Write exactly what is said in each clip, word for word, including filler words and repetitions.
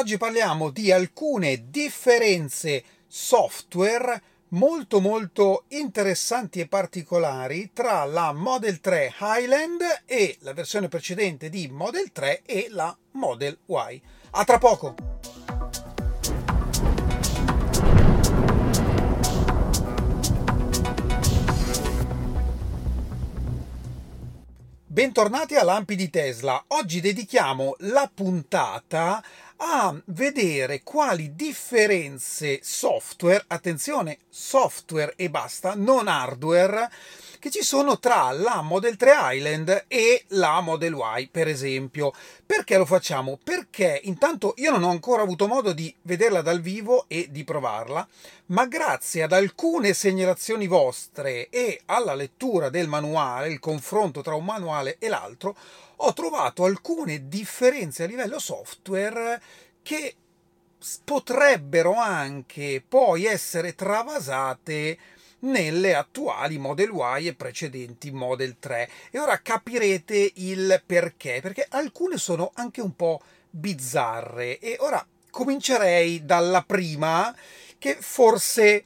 Oggi parliamo di alcune differenze software molto molto interessanti e particolari tra la Model tre Highland e la versione precedente di Model tre e la Model Y. A tra poco! Bentornati a Lampi di Tesla. Oggi dedichiamo la puntata a vedere quali differenze software, attenzione, software e basta, non hardware, che ci sono tra la Model tre Highland e la Model Y, per esempio. Perché lo facciamo? Perché intanto io non ho ancora avuto modo di vederla dal vivo e di provarla, ma grazie ad alcune segnalazioni vostre e alla lettura del manuale, il confronto tra un manuale e l'altro, ho trovato alcune differenze a livello software che potrebbero anche poi essere travasate nelle attuali Model Y e precedenti Model tre. E ora capirete il perché, perché alcune sono anche un po' bizzarre. E ora comincerei dalla prima, che forse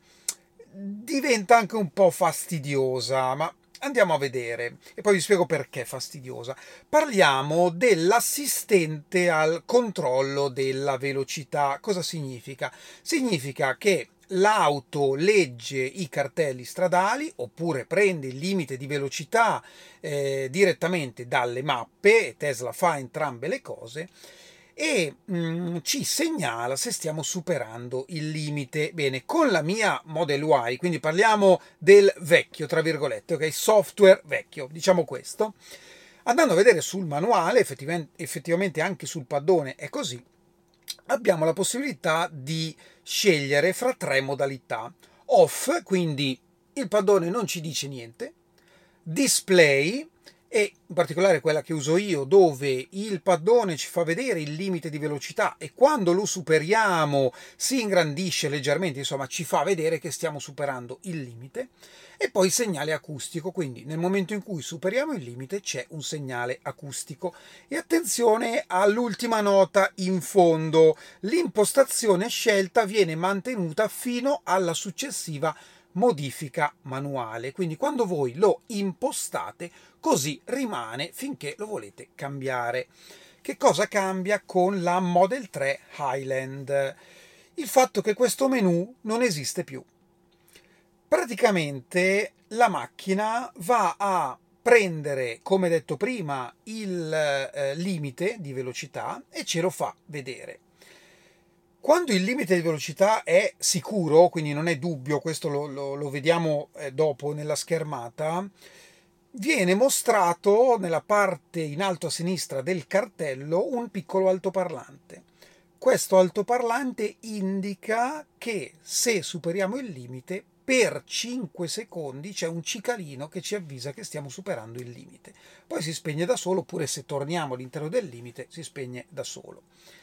diventa anche un po' fastidiosa, ma andiamo a vedere e poi vi spiego perché fastidiosa. Parliamo dell'assistente al controllo della velocità. Cosa significa? Significa che l'auto legge i cartelli stradali oppure prende il limite di velocità eh, direttamente dalle mappe, e Tesla fa entrambe le cose, e mh, ci segnala se stiamo superando il limite. Bene, con la mia Model Y, quindi parliamo del vecchio, tra virgolette, ok, software vecchio, diciamo questo, andando a vedere sul manuale, effettivamente, effettivamente anche sul paddone è così, abbiamo la possibilità di scegliere fra tre modalità. Off, quindi il paddone non ci dice niente, display, e in particolare quella che uso io, dove il paddone ci fa vedere il limite di velocità e quando lo superiamo si ingrandisce leggermente, insomma ci fa vedere che stiamo superando il limite. E poi segnale acustico, quindi nel momento in cui superiamo il limite c'è un segnale acustico. E attenzione all'ultima nota in fondo: l'impostazione scelta viene mantenuta fino alla successiva modifica manuale, quindi quando voi lo impostate così rimane finché lo volete cambiare. Che cosa cambia con la Model tre Highland? Il fatto che questo menu non esiste più. Praticamente la macchina va a prendere, come detto prima, il eh, limite di velocità e ce lo fa vedere. Quando il limite di velocità è sicuro, quindi non è dubbio, questo lo, lo, lo vediamo dopo nella schermata, viene mostrato nella parte in alto a sinistra del cartello un piccolo altoparlante. Questo altoparlante indica che se superiamo il limite, per cinque secondi c'è un cicalino che ci avvisa che stiamo superando il limite. Poi si spegne da solo, oppure se torniamo all'interno del limite si spegne da solo.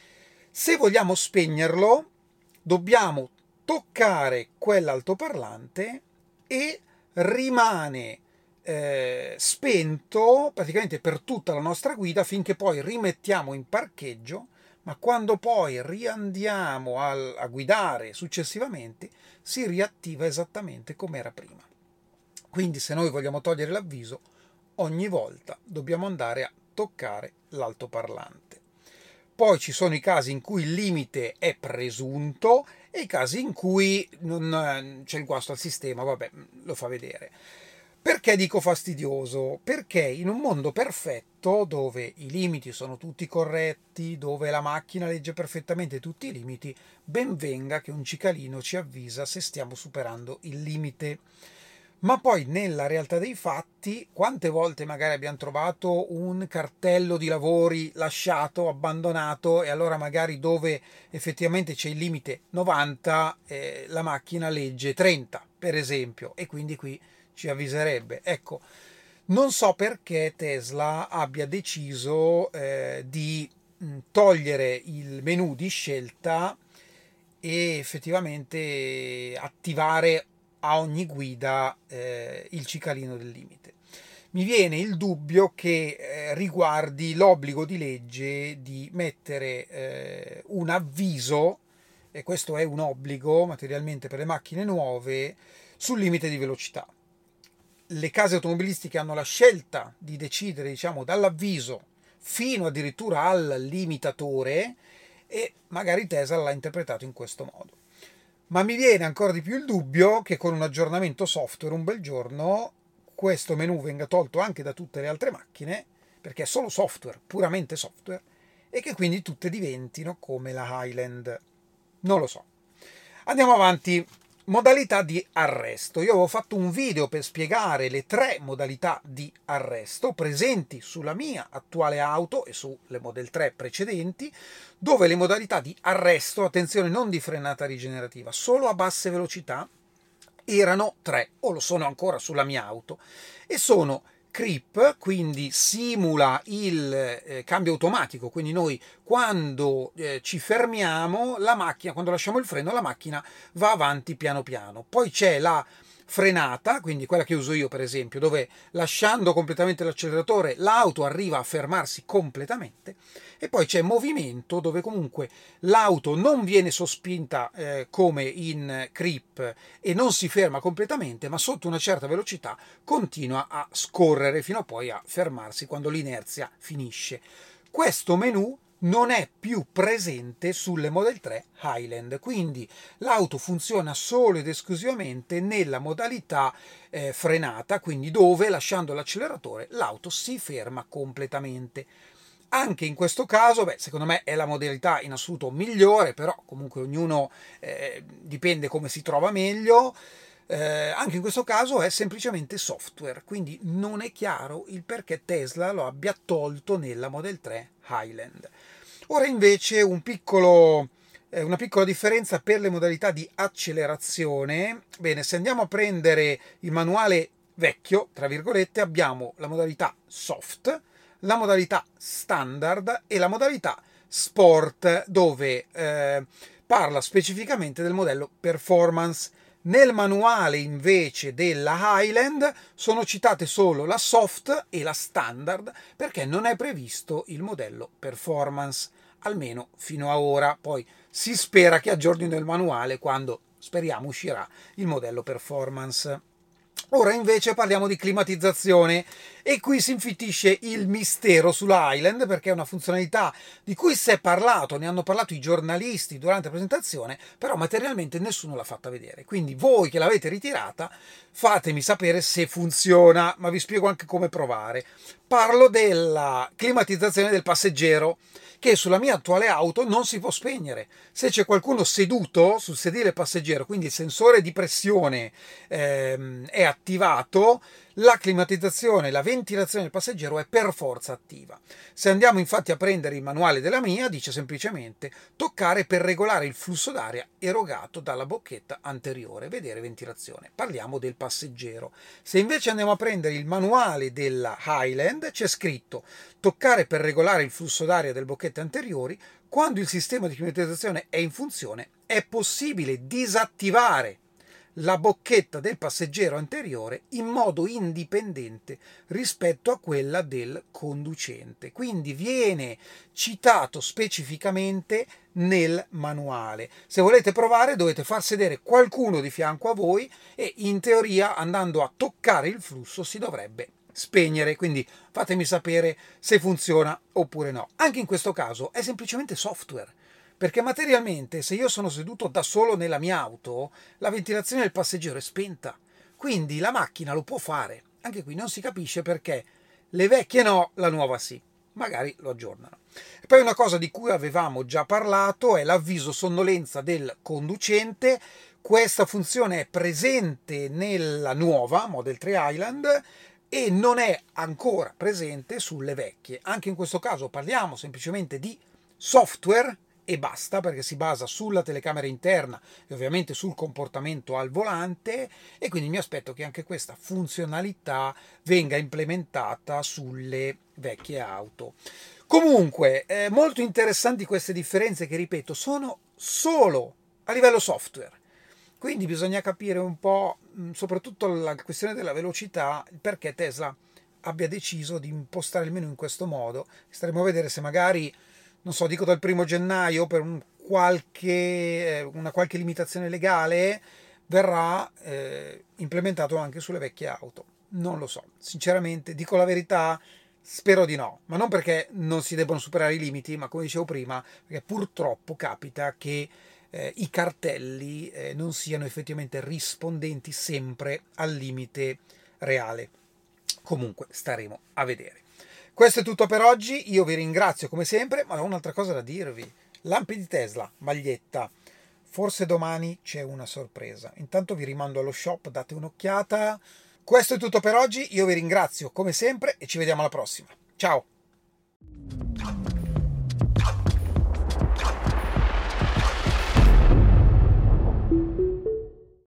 Se vogliamo spegnerlo, dobbiamo toccare quell'altoparlante e rimane eh, spento praticamente per tutta la nostra guida finché poi rimettiamo in parcheggio, ma quando poi riandiamo a, a guidare successivamente si riattiva esattamente come era prima. Quindi se noi vogliamo togliere l'avviso, ogni volta dobbiamo andare a toccare l'altoparlante. Poi ci sono i casi in cui il limite è presunto e i casi in cui non c'è il guasto al sistema, vabbè, lo fa vedere. Perché dico fastidioso? Perché in un mondo perfetto, dove i limiti sono tutti corretti, dove la macchina legge perfettamente tutti i limiti, ben venga che un cicalino ci avvisa se stiamo superando il limite. Ma poi nella realtà dei fatti, quante volte magari abbiamo trovato un cartello di lavori lasciato, abbandonato, e allora magari dove effettivamente c'è il limite novanta, eh, la macchina legge trenta, per esempio, e quindi qui ci avviserebbe. Ecco, non so perché Tesla abbia deciso eh, di togliere il menu di scelta e effettivamente attivare a ogni guida eh, il cicalino del limite. mi viene il dubbio che eh, riguardi l'obbligo di legge di mettere eh, un avviso, e questo è un obbligo materialmente per le macchine nuove, sul limite di velocità. Le case automobilistiche hanno la scelta di decidere, diciamo, dall'avviso fino addirittura al limitatore, e magari Tesla l'ha interpretato in questo modo. Ma mi viene ancora di più il dubbio che con un aggiornamento software un bel giorno questo menu venga tolto anche da tutte le altre macchine, perché è solo software, puramente software, e che quindi tutte diventino come la Highland. Non lo so. Andiamo avanti. Modalità di arresto. Io avevo fatto un video per spiegare le tre modalità di arresto presenti sulla mia attuale auto e sulle Model tre precedenti, dove le modalità di arresto, attenzione, non di frenata rigenerativa, solo a basse velocità, erano tre, o lo sono ancora sulla mia auto, e sono creep, quindi simula il eh, cambio automatico, quindi noi quando eh, ci fermiamo, la macchina, quando lasciamo il freno, la macchina va avanti piano piano. Poi c'è la frenata, quindi quella che uso io per esempio, dove lasciando completamente l'acceleratore l'auto arriva a fermarsi completamente, e poi c'è movimento, dove comunque l'auto non viene sospinta eh, come in creep e non si ferma completamente, ma sotto una certa velocità continua a scorrere fino a poi a fermarsi quando l'inerzia finisce. Questo menu non è più presente sulle Model tre Highland, quindi l'auto funziona solo ed esclusivamente nella modalità eh, frenata, quindi dove lasciando l'acceleratore l'auto si ferma completamente. Anche in questo caso, beh, secondo me è la modalità in assoluto migliore, però comunque ognuno eh, dipende come si trova meglio. Eh, anche in questo caso è semplicemente software, quindi non è chiaro il perché Tesla lo abbia tolto nella Model tre Highland. Ora invece un piccolo, eh, una piccola differenza per le modalità di accelerazione. Bene, se andiamo a prendere il manuale vecchio, tra virgolette, abbiamo la modalità soft, la modalità standard e la modalità sport, dove eh, parla specificamente del modello performance. Nel manuale invece della Highland sono citate solo la soft e la standard, perché non è previsto il modello performance, almeno fino a ora. Poi si spera che aggiornino il manuale quando, speriamo, uscirà il modello performance. Ora invece parliamo di climatizzazione, e qui si infittisce il mistero sulla Highland, perché è una funzionalità di cui si è parlato, ne hanno parlato i giornalisti durante la presentazione, però materialmente nessuno l'ha fatta vedere. Quindi voi che l'avete ritirata fatemi sapere se funziona, ma vi spiego anche come provare. Parlo della climatizzazione del passeggero, che sulla mia attuale auto non si può spegnere. Se c'è qualcuno seduto sul sedile passeggero, quindi il sensore di pressione ehm, è attivato, la climatizzazione, la ventilazione del passeggero è per forza attiva. Se andiamo infatti a prendere il manuale della mia, dice semplicemente toccare per regolare il flusso d'aria erogato dalla bocchetta anteriore, vedere ventilazione. Parliamo del passeggero. Se invece andiamo a prendere il manuale della Highland, c'è scritto toccare per regolare il flusso d'aria delle bocchette anteriori. Quando il sistema di climatizzazione è in funzione, è possibile disattivare la bocchetta del passeggero anteriore in modo indipendente rispetto a quella del conducente. Quindi viene citato specificamente nel manuale. Se volete provare dovete far sedere qualcuno di fianco a voi e in teoria andando a toccare il flusso si dovrebbe spegnere, quindi fatemi sapere se funziona oppure no. Anche in questo caso è semplicemente software, perché materialmente se io sono seduto da solo nella mia auto la ventilazione del passeggero è spenta, quindi la macchina lo può fare. Anche qui non si capisce perché le vecchie no, la nuova sì. Magari lo aggiornano. E poi una cosa di cui avevamo già parlato è l'avviso sonnolenza del conducente. Questa funzione è presente nella nuova Model tre Highland e non è ancora presente sulle vecchie. Anche in questo caso parliamo semplicemente di software e basta, perché si basa sulla telecamera interna e ovviamente sul comportamento al volante, e quindi mi aspetto che anche questa funzionalità venga implementata sulle vecchie auto. Comunque, eh, molto interessanti queste differenze che, ripeto, sono solo a livello software. Quindi bisogna capire un po', soprattutto la questione della velocità, perché Tesla abbia deciso di impostare il menu in questo modo. Staremo a vedere se magari, non so, dico dal primo gennaio, per un qualche, una qualche limitazione legale, verrà eh, implementato anche sulle vecchie auto. Non lo so, sinceramente, dico la verità, spero di no, ma non perché non si debbano superare i limiti, ma come dicevo prima, perché purtroppo capita che eh, i cartelli eh, non siano effettivamente rispondenti sempre al limite reale. Comunque staremo a vedere. Questo è tutto per oggi, io vi ringrazio come sempre, ma ho un'altra cosa da dirvi. Lampi di Tesla, maglietta. Forse domani c'è una sorpresa. Intanto vi rimando allo shop, date un'occhiata. Questo è tutto per oggi, io vi ringrazio come sempre e ci vediamo alla prossima. Ciao!